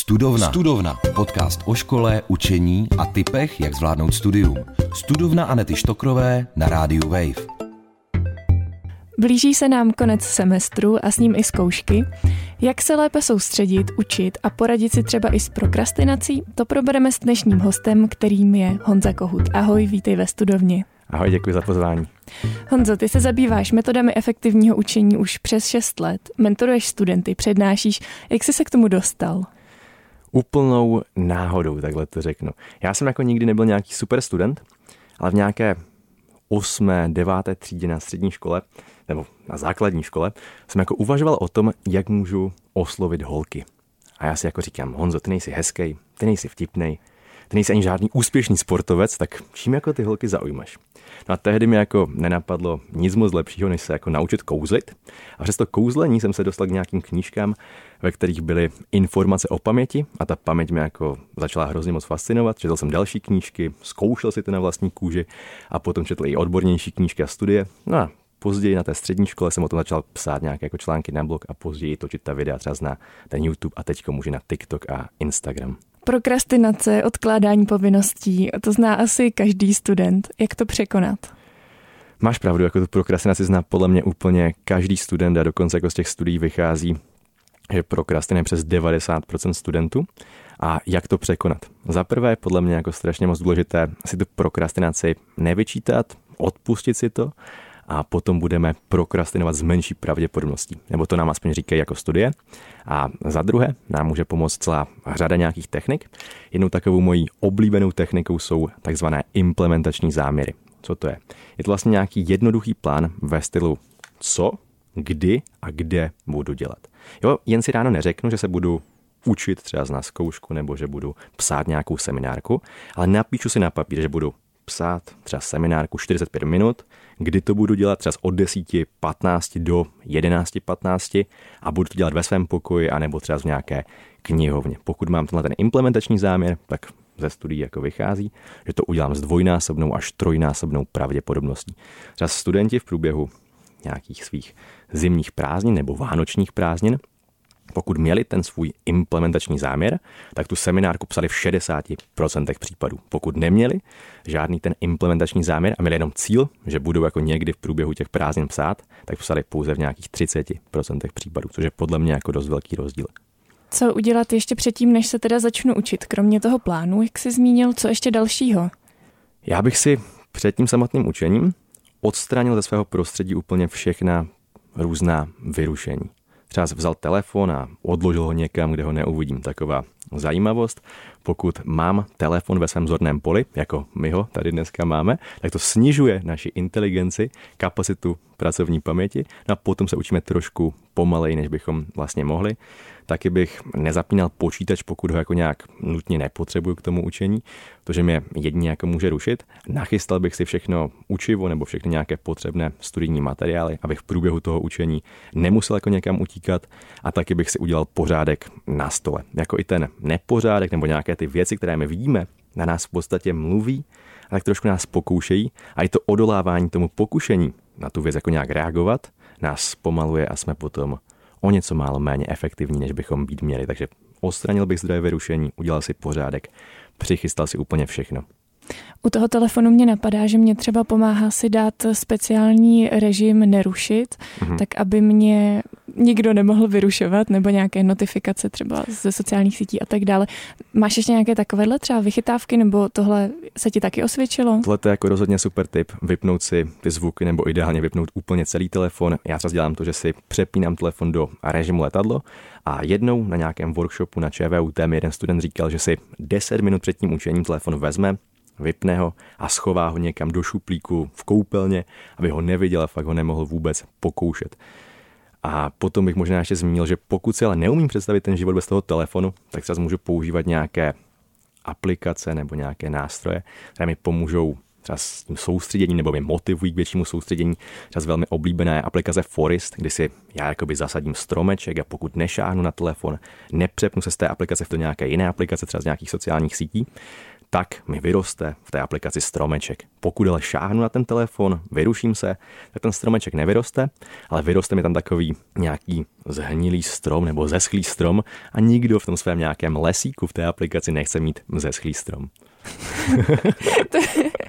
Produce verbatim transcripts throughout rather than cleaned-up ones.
Studovna. Studovna. Podcast o škole, učení a tipech, jak zvládnout studium. Studovna Anety Štokrové na rádiu Wave. Blíží se nám konec semestru a s ním i zkoušky. Jak se lépe soustředit, učit a poradit si třeba i s prokrastinací, to probereme s dnešním hostem, kterým je Honza Kohut. Ahoj, vítej ve Studovně. Ahoj, děkuji za pozvání. Honzo, ty se zabýváš metodami efektivního učení už přes šest let, mentoruješ studenty, přednášíš. Jak jsi se k tomu dostal? Úplnou náhodou, takhle to řeknu. Já jsem jako nikdy nebyl nějaký super student, ale v nějaké osmé, deváté třídě na střední škole, nebo na základní škole, jsem jako uvažoval o tom, jak můžu oslovit holky. A já si jako říkám, Honzo, ty nejsi hezkej, ty nejsi vtipnej, ty nejsi ani žádný úspěšný sportovec, tak čím jako ty holky zaujímaš? No a tehdy mi jako nenapadlo nic moc lepšího, než se jako naučit kouzlit. A přes to kouzlení jsem se dostal k nějakým knížkám, ve kterých byly informace o paměti a ta paměť mě jako začala hrozně moc fascinovat. Četl jsem další knížky, zkoušel si to na vlastní kůži a potom četl i odbornější knížky a studie. No a později na té střední škole jsem o tom začal psát nějaké jako články na blog a později točit ta videa třeba na ten YouTube a teďko můžu na TikTok a Instagram. Prokrastinace, odkládání povinností, to zná asi každý student. Jak to překonat? Máš pravdu, jako tu prokrastinaci zná podle mě úplně každý student a dokonce jako z těch studií vychází, že prokrastinuje přes devadesát procent studentů. A jak to překonat? Za prvé je podle mě jako strašně moc důležité si tu prokrastinaci nevyčítat, odpustit si to a potom budeme prokrastinovat s menší pravděpodobností. Nebo to nám aspoň říkají jako studie. A za druhé nám může pomoct celá řada nějakých technik. Jednou takovou mojí oblíbenou technikou jsou takzvané implementační záměry. Co to je? Je to vlastně nějaký jednoduchý plán ve stylu co, kdy a kde budu dělat. Jo, jen si ráno neřeknu, že se budu učit třeba na zkoušku nebo že budu psát nějakou seminárku, ale napíšu si na papír, že budu psát třeba seminárku čtyřicet pět minut, kdy to budu dělat třeba od deseti patnáct do jedenáct patnáct a budu to dělat ve svém pokoji anebo třeba v nějaké knihovně. Pokud mám tenhle ten implementační záměr, tak ze studií jako vychází, že to udělám s dvojnásobnou až trojnásobnou pravděpodobností. Třeba studenti v průběhu nějakých svých zimních prázdnin nebo vánočních prázdnin, pokud měli ten svůj implementační záměr, tak tu seminárku psali v šedesáti procentech případů. Pokud neměli žádný ten implementační záměr a měli jenom cíl, že budou jako někdy v průběhu těch prázdnin psát, tak psali pouze v nějakých třiceti procentech případů, což je podle mě jako dost velký rozdíl. Co udělat ještě předtím, než se teda začnu učit? Kromě toho plánu, jak jsi zmínil, co ještě dalšího? Já bych si před tím samotným učením odstranil ze svého prostředí úplně všechna různá vyrušení. Třeba vzal telefon a odložil ho někam, kde ho neuvidím. Taková zajímavost. Pokud mám telefon ve svém zorném poli, jako my ho tady dneska máme, tak to snižuje naši inteligenci, kapacitu pracovní paměti. No a potom se učíme trošku pomalej, než bychom vlastně mohli. Taky bych nezapínal počítač, pokud ho jako nějak nutně nepotřebuju k tomu učení, protože mě jedině jako může rušit. Nachystal bych si všechno učivo nebo všechny nějaké potřebné studijní materiály, abych v průběhu toho učení nemusel jako někam utíkat, a taky bych si udělal pořádek na stole. Jako i ten nepořádek nebo nějaké ty věci, které my vidíme, na nás v podstatě mluví, a tak trošku nás pokoušejí, a i to odolávání tomu pokušení na tu věc jako nějak reagovat nás zpomaluje a jsme potom o něco málo méně efektivní, než bychom být měli. Takže odstranil bych zdroje vyrušení, udělal si pořádek, přichystal si úplně všechno. U toho telefonu mě napadá, že mě třeba pomáhá si dát speciální režim nerušit, mm-hmm. tak aby mě nikdo nemohl vyrušovat, nebo nějaké notifikace třeba ze sociálních sítí a tak dále. Máš ještě nějaké takovéhle třeba vychytávky, nebo tohle se ti taky osvědčilo? Tohle je jako rozhodně super tip, vypnout si ty zvuky, nebo ideálně vypnout úplně celý telefon. Já třeba dělám to, že si přepínám telefon do režimu letadlo a jednou na nějakém workshopu na ČVUT mi jeden student říkal, že si deset minut před tím učením telefon vezme, vypne ho a schová ho někam do šuplíku v koupelně, aby ho neviděl a fakt ho nemohl vůbec pokoušet. A potom bych možná ještě zmínil, že pokud si ale neumím představit ten život bez toho telefonu, tak třeba můžu používat nějaké aplikace nebo nějaké nástroje, které mi pomůžou třeba s tím soustředěním nebo mě motivují k většímu soustředění. Třeba velmi oblíbená je aplikace Forest, kdy si já jakoby zasadím stromeček a pokud nešáhnu na telefon, nepřepnu se z té aplikace v to nějaké jiné aplikace, třeba z nějakých sociálních sítí, tak mi vyroste v té aplikaci stromeček. Pokud ale šáhnu na ten telefon, vyruším se, tak ten stromeček nevyroste, ale vyroste mi tam takový nějaký zhnilý strom nebo zeschlý strom a nikdo v tom svém nějakém lesíku v té aplikaci nechce mít zeschlý strom. to,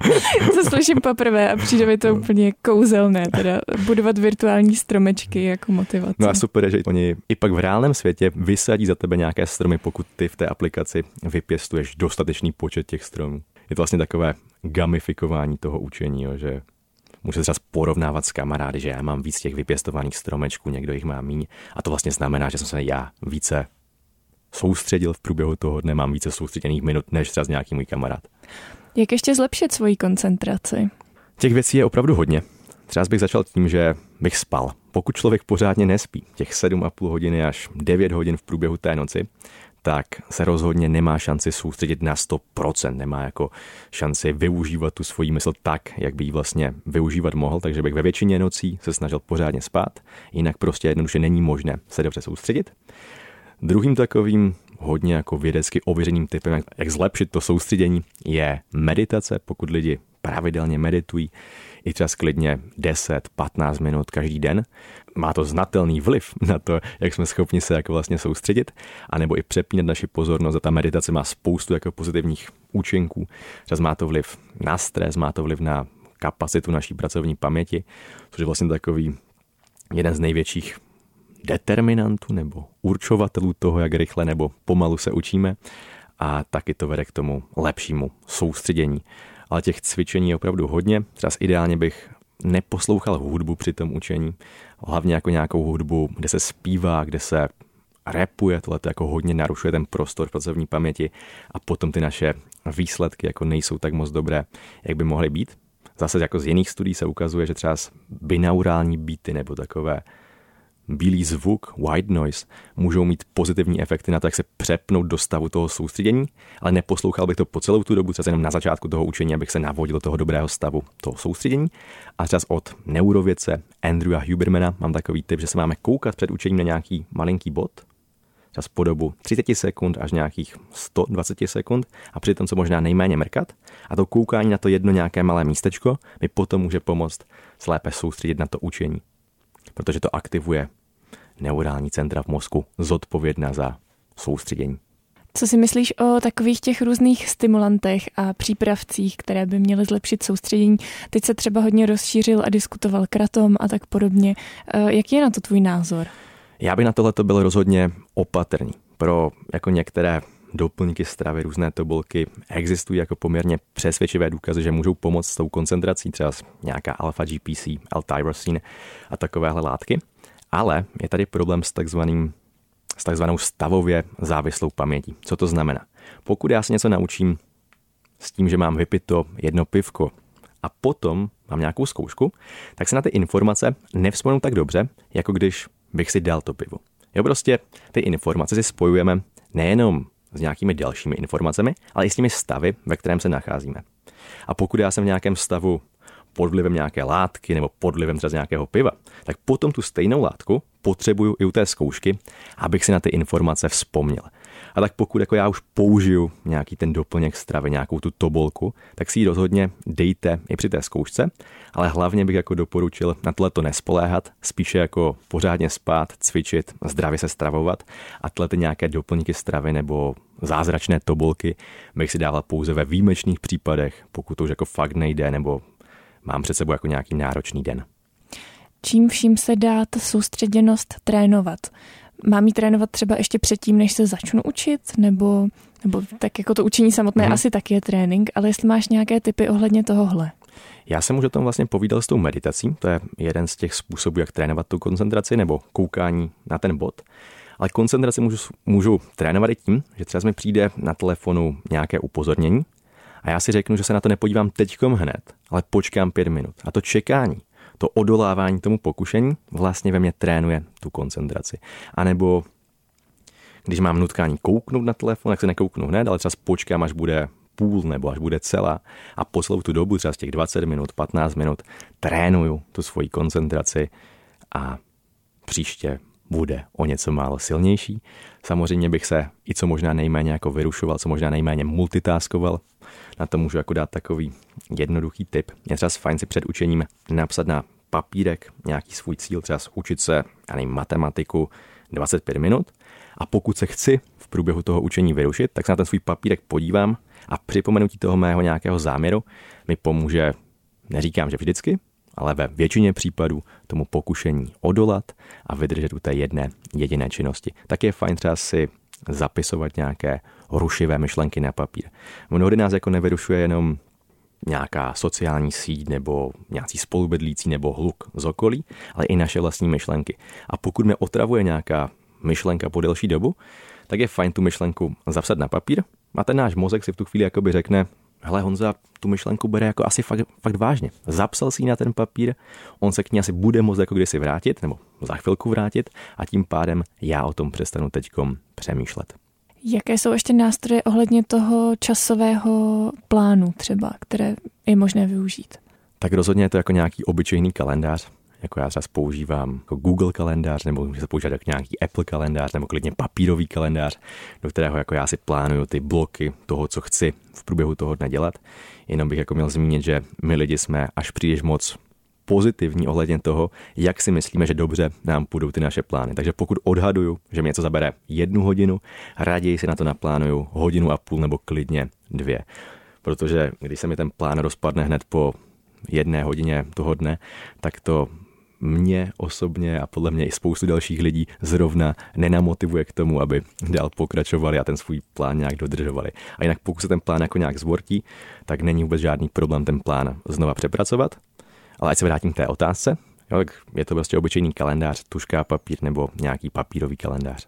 to slyším poprvé a přijde mi to úplně kouzelné, teda budovat virtuální stromečky jako motivace. No a super je, že oni i pak v reálném světě vysadí za tebe nějaké stromy, pokud ty v té aplikaci vypěstuješ dostatečný počet těch stromů. Je to vlastně takové gamifikování toho učení, jo, že může třeba porovnávat s kamarády, že já mám víc těch vypěstovaných stromečků, někdo jich má míň a to vlastně znamená, že jsem se já více soustředil v průběhu toho dne, mám více soustředěných minut než třeba nějaký můj kamarád. Jak ještě zlepšit svoji koncentraci? Těch věcí je opravdu hodně. Třeba bych začal tím, že bych spal. Pokud člověk pořádně nespí, těch sedm a půl hodiny až devět hodin v průběhu té noci, tak se rozhodně nemá šanci soustředit na sto procent, nemá jako šanci využívat tu svoji mysl tak, jak by ji vlastně využívat mohl, takže bych ve většině nocí se snažil pořádně spát, jinak prostě jednoduše není možné se dobře soustředit. Druhým takovým hodně jako vědecky ověřeným typem, jak zlepšit to soustředění, je meditace. Pokud lidi pravidelně meditují, i třeba klidně deset patnáct minut každý den, má to znatelný vliv na to, jak jsme schopni se jako vlastně soustředit, anebo i přepínat naši pozornost. A ta meditace má spoustu jako pozitivních účinků. Třeba má to vliv na stres, má to vliv na kapacitu naší pracovní paměti, což je vlastně takový jeden z největších determinantů nebo určovatelů toho, jak rychle nebo pomalu se učíme a taky to vede k tomu lepšímu soustředění. Ale těch cvičení je opravdu hodně. Třeba ideálně bych neposlouchal hudbu při tom učení, hlavně jako nějakou hudbu, kde se zpívá, kde se rapuje, tohle to jako hodně narušuje ten prostor pracovní paměti a potom ty naše výsledky jako nejsou tak moc dobré, jak by mohly být. Zase jako z jiných studií se ukazuje, že třeba binaurální beaty nebo takové bílý zvuk, white noise, můžou mít pozitivní efekty na to, jak se přepnout do stavu toho soustředění, ale neposlouchal bych to po celou tu dobu, třeba jenom na začátku toho učení, abych se navodil do toho dobrého stavu toho soustředění. A třeba od neurovědce Andrewa Hubermana mám takový tip, že se máme koukat před učením na nějaký malinký bod, třeba po dobu třicet sekund až nějakých sto dvacet sekund a přitom co možná nejméně mrkat. A to koukání na to jedno nějaké malé místečko mi potom může pomoct se lépe soustředit na to učení, protože to aktivuje neurální centra v mozku zodpovědná za soustředění. Co si myslíš o takových těch různých stimulantech a přípravcích, které by měly zlepšit soustředění? Teď se třeba hodně rozšířil a diskutoval kratom a tak podobně. Jaký je na to tvůj názor? Já bych na tohleto byl rozhodně opatrný. Pro jako některé doplňky stravy, různé tobolky existují jako poměrně přesvědčivé důkazy, že můžou pomoct s tou koncentrací, třeba nějaká alfa-G P C, L-tyrosine a takovéhle látky. Ale je tady problém s takzvaným, s takzvanou stavově závislou pamětí. Co to znamená? Pokud já se něco naučím s tím, že mám vypito jedno pivko a potom mám nějakou zkoušku, tak se na ty informace nevzpomenu tak dobře, jako když bych si dal to pivo. Jo, prostě ty informace si spojujeme nejenom s nějakými dalšími informacemi, ale i s těmi stavy, ve kterém se nacházíme. A pokud já jsem v nějakém stavu pod vlivem nějaké látky nebo pod vlivem třeba nějakého piva, tak potom tu stejnou látku potřebuju i u té zkoušky, abych si na ty informace vzpomněl. A tak pokud jako já už použiju nějaký ten doplněk stravy, nějakou tu tobolku, tak si ji rozhodně dejte i při té zkoušce, ale hlavně bych jako doporučil na tohleto nespoléhat, spíše jako pořádně spát, cvičit, zdravě se stravovat a tyhle nějaké doplňky stravy nebo zázračné tobolky bych si dával pouze ve výjimečných případech, pokud to už jako fakt nejde nebo mám před sebou jako nějaký náročný den. Čím vším se dá ta soustředěnost trénovat? Mám ji trénovat třeba ještě předtím, než se začnu učit? Nebo, nebo tak jako to učení samotné hmm. asi taky je trénink, ale jestli máš nějaké tipy ohledně tohohle? Já jsem už o tom vlastně povídal s tou meditací, to je jeden z těch způsobů, jak trénovat tu koncentraci nebo koukání na ten bod. Ale koncentraci můžu, můžu trénovat i tím, že třeba mi přijde na telefonu nějaké upozornění a já si řeknu, že se na to nepodívám teďkom hned, ale počkám pět minut. A to čekání, to odolávání tomu pokušení vlastně ve mně trénuje tu koncentraci. A nebo když mám nutkání kouknout na telefon, tak se nekouknu hned, ale třeba počkám, až bude půl nebo až bude celá a po celou tu dobu, třeba z těch dvacet minut, patnáct minut, trénuju tu svoji koncentraci a příště bude o něco málo silnější. Samozřejmě bych se i co možná nejméně jako vyrušoval, co možná nejméně multitaskoval, na to můžu jako dát takový jednoduchý tip. Je třeba fajn si před učením napsat na papírek nějaký svůj cíl, třeba učit se, já nevím, matematiku dvacet pět minut a pokud se chci v průběhu toho učení vyrušit, tak se na ten svůj papírek podívám a připomenutí toho mého nějakého záměru mi pomůže, neříkám, že vždycky, ale ve většině případů tomu pokušení odolat a vydržet u té jedné jediné činnosti. Tak je fajn třeba si zapisovat nějaké rušivé myšlenky na papír. Mnohdy nás jako nevyrušuje jenom nějaká sociální síť nebo nějací spolubydlící nebo hluk z okolí, ale i naše vlastní myšlenky. A pokud mě otravuje nějaká myšlenka po delší dobu, tak je fajn tu myšlenku zapsat na papír a ten náš mozek si v tu chvíli jakoby řekne, hele, Honza tu myšlenku bere jako asi fakt, fakt vážně. Zapsal si ji na ten papír, on se k ní asi bude moct jako kdysi vrátit, nebo za chvilku vrátit a tím pádem já o tom přestanu teďkom přemýšlet. Jaké jsou ještě nástroje ohledně toho časového plánu třeba, které je možné využít? Tak rozhodně je to jako nějaký obyčejný kalendář, jako já třeba používám jako Google kalendář, nebo můžu se používat jako nějaký Apple kalendář, nebo klidně papírový kalendář, do kterého jako já si plánuju ty bloky toho, co chci v průběhu toho dne dělat. Jenom bych jako měl zmínit, že my lidi jsme až příliš moc pozitivní ohledně toho, jak si myslíme, že dobře nám půjdou ty naše plány. Takže pokud odhaduju, že mě něco zabere jednu hodinu, raději si na to naplánuju hodinu a půl nebo klidně dvě. Protože když se mi ten plán rozpadne hned po jedné hodině toho dne, tak to mě osobně a podle mě i spoustu dalších lidí zrovna nenamotivuje k tomu, aby dál pokračovali a ten svůj plán nějak dodržovali. A jinak pokud se ten plán jako nějak zbortí, tak není vůbec žádný problém ten plán znova přepracovat. Ale ať se vrátím k té otázce, jo, tak je to prostě obyčejný kalendář, tužka, papír nebo nějaký papírový kalendář.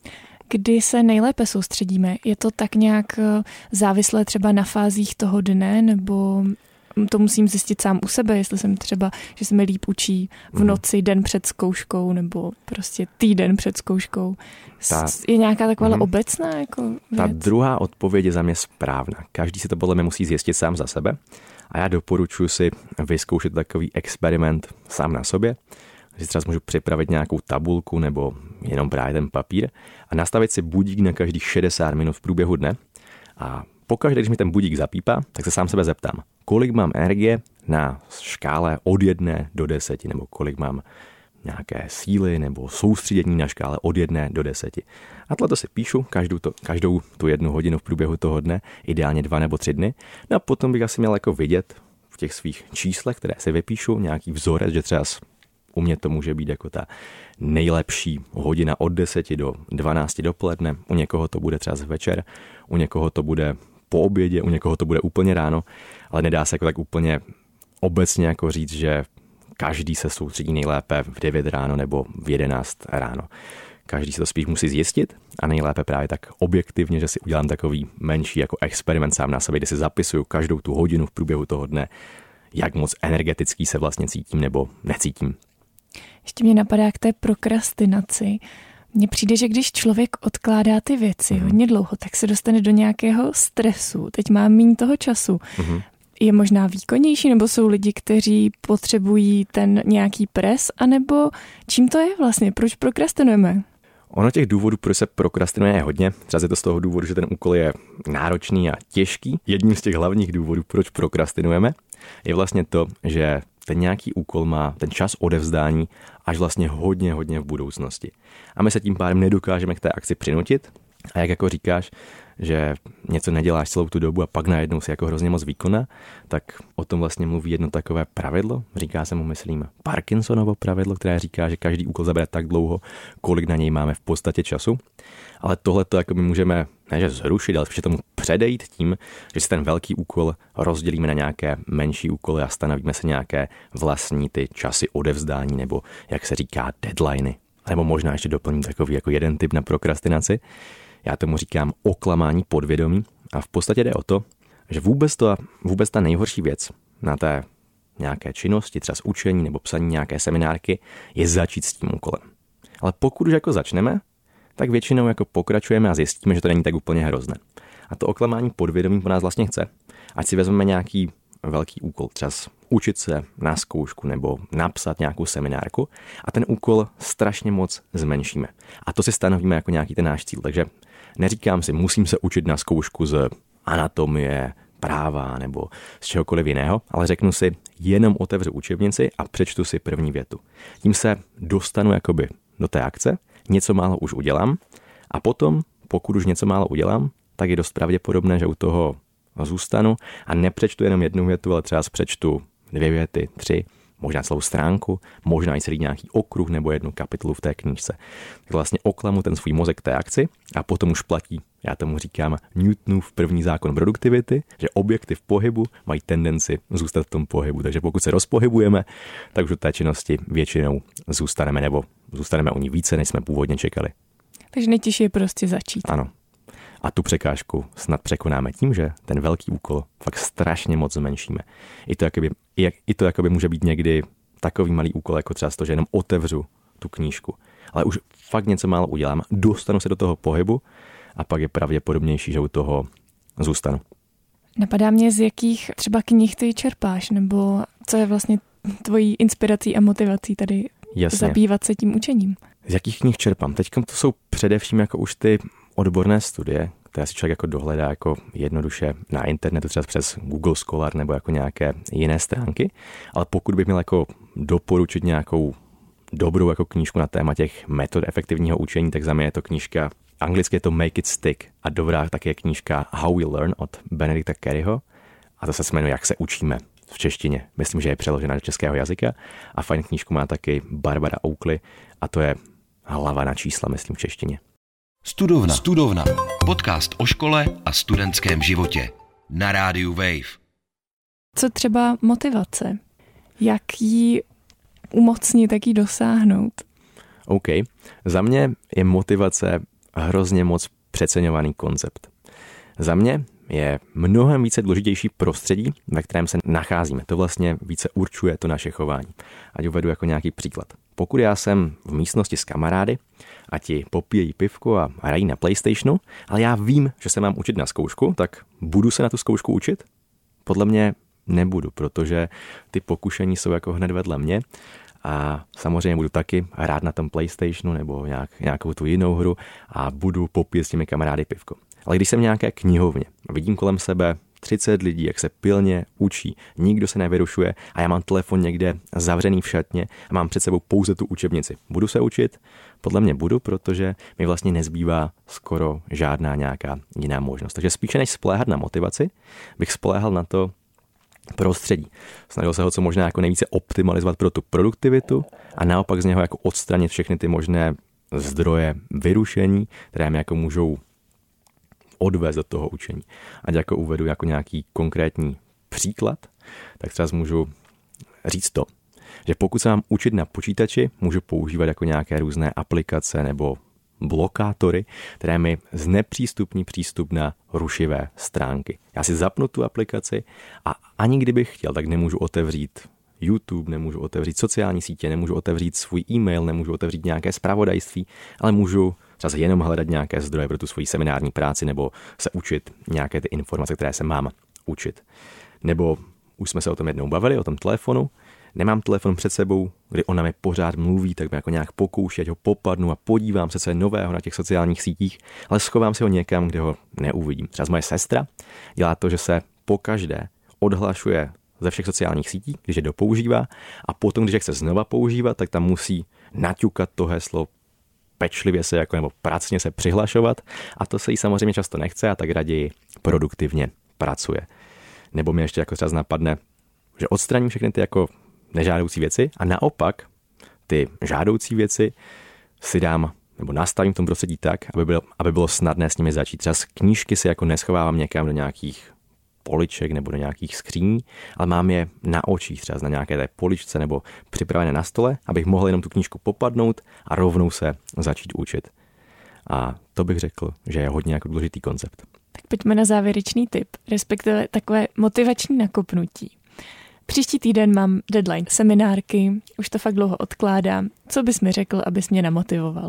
Kdy se nejlépe soustředíme? Je to tak nějak závislé třeba na fázích toho dne, nebo to musím zjistit sám u sebe, jestli jsem třeba, že se mi líp učí v noci, den před zkouškou, nebo prostě týden před zkouškou. Ta, je nějaká taková mm, obecná jako věc? Ta druhá odpověď je za mě správná. Každý si to podle mě musí zjistit sám za sebe. A já doporučuji si vyzkoušet takový experiment sám na sobě. Si třeba můžu připravit nějakou tabulku nebo jenom právě ten papír a nastavit si budík na každých šedesát minut v průběhu dne. A pokaždé, když mi ten budík zapípá, tak se sám sebe zeptám, kolik mám energie na škále od jedné do deseti, nebo kolik mám nějaké síly nebo soustředění na škále od jedné do deseti. A tohle si píšu každou, to, každou tu jednu hodinu v průběhu toho dne, ideálně dva nebo tři dny. No a potom bych asi měl jako vidět v těch svých číslech, které si vypíšu, nějaký vzorec, že třeba u mě to může být jako ta nejlepší hodina od deseti do dvanácti dopoledne, u někoho to bude třeba večer, u někoho to bude po obědě, u někoho to bude úplně ráno, ale nedá se jako tak úplně obecně jako říct, že každý se soustředí nejlépe v devět ráno nebo v jedenáct ráno. Každý se to spíš musí zjistit a nejlépe právě tak objektivně, že si udělám takový menší jako experiment sám na sobě, kde si zapisuju každou tu hodinu v průběhu toho dne, jak moc energetický se vlastně cítím nebo necítím. Ještě mě napadá k té prokrastinaci. Mně přijde, že když člověk odkládá ty věci mm. hodně dlouho, tak se dostane do nějakého stresu. Teď mám míň toho času. Mm. Je možná výkonnější, nebo jsou lidi, kteří potřebují ten nějaký pres, anebo čím to je vlastně? Proč prokrastinujeme? Ono těch důvodů, proč se prokrastinuje, je hodně. Třeba je to z toho důvodu, že ten úkol je náročný a těžký. Jedním z těch hlavních důvodů, proč prokrastinujeme, je vlastně to, že ten nějaký úkol má ten čas odevzdání až vlastně hodně, hodně v budoucnosti. A my se tím pádem nedokážeme k té akci přinutit. A jak jako říkáš, že něco neděláš celou tu dobu a pak najednou si jako hrozně moc výkona, tak o tom vlastně mluví jedno takové pravidlo, říká se mu, myslím, Parkinsonovo pravidlo, které říká, že každý úkol zabere tak dlouho, kolik na něj máme v podstatě času. Ale tohle to jako my můžeme ne že zrušit, ale spíš tomu předejít tím, že si ten velký úkol rozdělíme na nějaké menší úkoly a stanovíme se nějaké vlastní ty časy odevzdání nebo, jak se říká, deadliny. Nebo možná ještě doplním takový jako jeden tip na prokrastinaci. Já tomu říkám oklamání podvědomí a v podstatě jde o to, že vůbec, to, vůbec ta nejhorší věc na té nějaké činnosti, třeba z učení nebo psaní nějaké seminárky, je začít s tím úkolem. Ale pokud už jako začneme, tak většinou jako pokračujeme a zjistíme, že to není tak úplně hrozné. A to oklamání podvědomí po nás vlastně chce. Ať si vezmeme nějaký velký úkol, třeba učit se na zkoušku nebo napsat nějakou seminárku a ten úkol strašně moc zmenšíme. A to si stanovíme jako nějaký ten náš cíl. Takže neříkám si, musím se učit na zkoušku z anatomie práva nebo z čehokoliv jiného, ale řeknu si, jenom otevřu učebnici a přečtu si první větu. Tím se dostanu jakoby do té akce, něco málo už udělám a potom, pokud už něco málo udělám, tak je dost pravděpodobné, že u toho zůstanu a nepřečtu jenom jednu větu, ale třeba přečtu dvě věty, tři, možná celou stránku, možná i celý nějaký okruh nebo jednu kapitolu v té knížce. Tak vlastně oklamu ten svůj mozek té akci a potom už platí, já tomu říkám Newtonův první zákon produktivity, že objekty v pohybu mají tendenci zůstat v tom pohybu. Takže pokud se rozpohybujeme, tak už do té činnosti většinou zůstaneme nebo zůstaneme u ní více, než jsme původně čekali. Takže nejtěžší je prostě začít. Ano. A tu překážku snad překonáme tím, že ten velký úkol fakt strašně moc zmenšíme. I to, jakoby, i to jakoby může být někdy takový malý úkol, jako třeba to, že jenom otevřu tu knížku. Ale už fakt něco málo udělám, dostanu se do toho pohybu a pak je pravděpodobnější, že u toho zůstanu. Napadá mě, z jakých třeba knih ty čerpáš, nebo co je vlastně tvojí inspirací a motivací tady Jasně. zabývat se tím učením? Z jakých knih čerpám? Teď to jsou především jako už ty odborné studie, které si člověk jako dohledá jako jednoduše na internetu, třeba přes Google Scholar nebo jako nějaké jiné stránky, ale pokud bych měl jako doporučit nějakou dobrou jako knížku na téma těch metod efektivního učení, tak za mě je to knížka, anglicky je to Make It Stick a dobrá také knížka How We Learn od Benedicta Careyho a to se jmenuje Jak se učíme v češtině. Myslím, že je přeložena do českého jazyka a fajn knížku má taky Barbara Oakley a to je Hlava na čísla, myslím v češtině. Studovna. Studovna. Podcast o škole a studentském životě. Na rádiu Wave. Co třeba motivace? Jak ji umocnit, jak ji dosáhnout? OK. Za mě je motivace hrozně moc přeceňovaný koncept. Za mě je mnohem více důležitější prostředí, ve kterém se nacházíme. To vlastně více určuje to naše chování. Ať uvedu jako nějaký příklad. Pokud já jsem v místnosti s kamarády a ti popíjejí pivko a hrají na PlayStationu, ale já vím, že se mám učit na zkoušku, tak budu se na tu zkoušku učit? Podle mě nebudu, protože ty pokušení jsou jako hned vedle mě a samozřejmě budu taky hrát na tom PlayStationu nebo nějak, nějakou tu jinou hru a budu popíjet s těmi kamarády pivko. Ale když jsem v nějaké knihovně a vidím kolem sebe třicet lidí, jak se pilně učí, nikdo se nevyrušuje a já mám telefon někde zavřený v šatně a mám před sebou pouze tu učebnici. Budu se učit? Podle mě budu, protože mi vlastně nezbývá skoro žádná nějaká jiná možnost. Takže spíše než spoléhat na motivaci, bych spoléhal na to prostředí. Snažil se ho co možná jako nejvíce optimalizovat pro tu produktivitu a naopak z něho jako odstranit všechny ty možné zdroje vyrušení, které mi jako můžou odvést do toho učení. Ať jako uvedu jako nějaký konkrétní příklad, tak třeba můžu říct to, že pokud se mám učit na počítači, můžu používat jako nějaké různé aplikace nebo blokátory, které mi znepřístupní přístup na rušivé stránky. Já si zapnu tu aplikaci a ani kdybych chtěl, tak nemůžu otevřít YouTube, nemůžu otevřít sociální sítě, nemůžu otevřít svůj e-mail, nemůžu otevřít nějaké zpravodajství, ale můžu třeba jenom hledat nějaké zdroje pro tu svoji seminární práci nebo se učit nějaké ty informace, které se mám učit. Nebo už jsme se o tom jednou bavili, o tom telefonu. Nemám telefon před sebou, kdy ona mi pořád mluví, tak mě jako nějak pokouší, ať ho popadnu a podívám se, co je nového na těch sociálních sítích, ale schovám si ho někam, kde ho neuvidím. Třeba moje sestra dělá to, že se pokaždé odhlašuje ze všech sociálních sítí, když je dopoužívá a potom, když je chce znova používat, tak tam musí naťukat to heslo, pečlivě se jako nebo pracně se přihlašovat a to se jí samozřejmě často nechce a tak raději produktivně pracuje. Nebo mě ještě jako třeba napadne, že odstraním všechny ty jako nežádoucí věci a naopak ty žádoucí věci si dám nebo nastavím v tom prostředí tak, aby bylo, aby bylo snadné s nimi začít. Třeba z knížky si jako neschovávám někam do nějakých poliček nebo do nějakých skříní, ale mám je na očích, třeba na nějaké té poličce nebo připravené na stole, abych mohl jenom tu knížku popadnout a rovnou se začít učit. A to bych řekl, že je hodně jako důležitý koncept. Tak pojďme na závěrečný tip, respektive takové motivační nakopnutí. Příští týden mám deadline seminárky, už to fakt dlouho odkládám. Co bys mi řekl, abys mě namotivoval?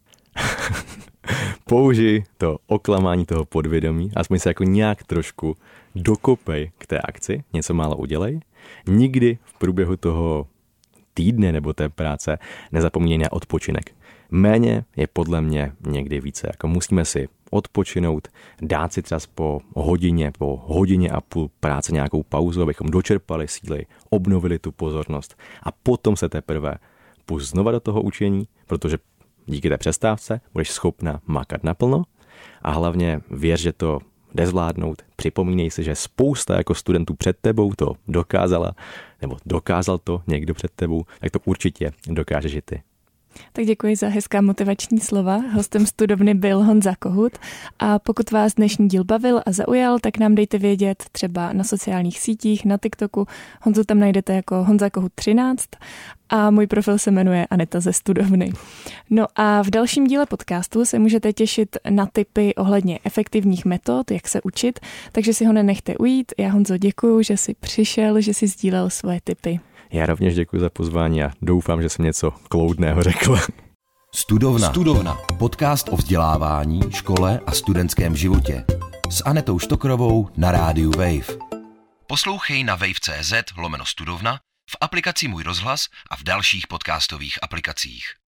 Použij to oklamání toho podvědomí, aspoň se jako nějak trošku dokopej k té akci, něco málo udělej. Nikdy v průběhu toho týdne nebo té práce nezapomínej na odpočinek. Méně je podle mě někdy více. Jako musíme si odpočinout, dát si třeba po hodině, po hodině a půl práce nějakou pauzu, abychom dočerpali síly, obnovili tu pozornost a potom se teprve pust znova do toho učení, protože díky té přestávce budeš schopna makat naplno a hlavně věř, že to jde zvládnout. Připomínej si, že spousta jako studentů před tebou to dokázala, nebo dokázal to někdo před tebou, tak to určitě dokážeš i ty. Tak děkuji za hezká motivační slova. Hostem studovny byl Honza Kohut a pokud vás dnešní díl bavil a zaujal, tak nám dejte vědět třeba na sociálních sítích, na TikToku. Honzu tam najdete jako Honza Kohut třináct a můj profil se jmenuje Aneta ze studovny. No a v dalším díle podcastu se můžete těšit na tipy ohledně efektivních metod, jak se učit, takže si ho nenechte ujít. Já, Honzo, děkuju, že jsi přišel, že jsi sdílel svoje tipy. Já rovněž děkuji za pozvání a doufám, že jsem něco kloudného řekl. Studovna. Studovna. Podcast o vzdělávání, škole a studentském životě. S Anetou Štokrovou na rádiu Wave. Poslouchej na wave tečka cé zet lomeno studovna, v aplikaci Můj rozhlas a v dalších podcastových aplikacích.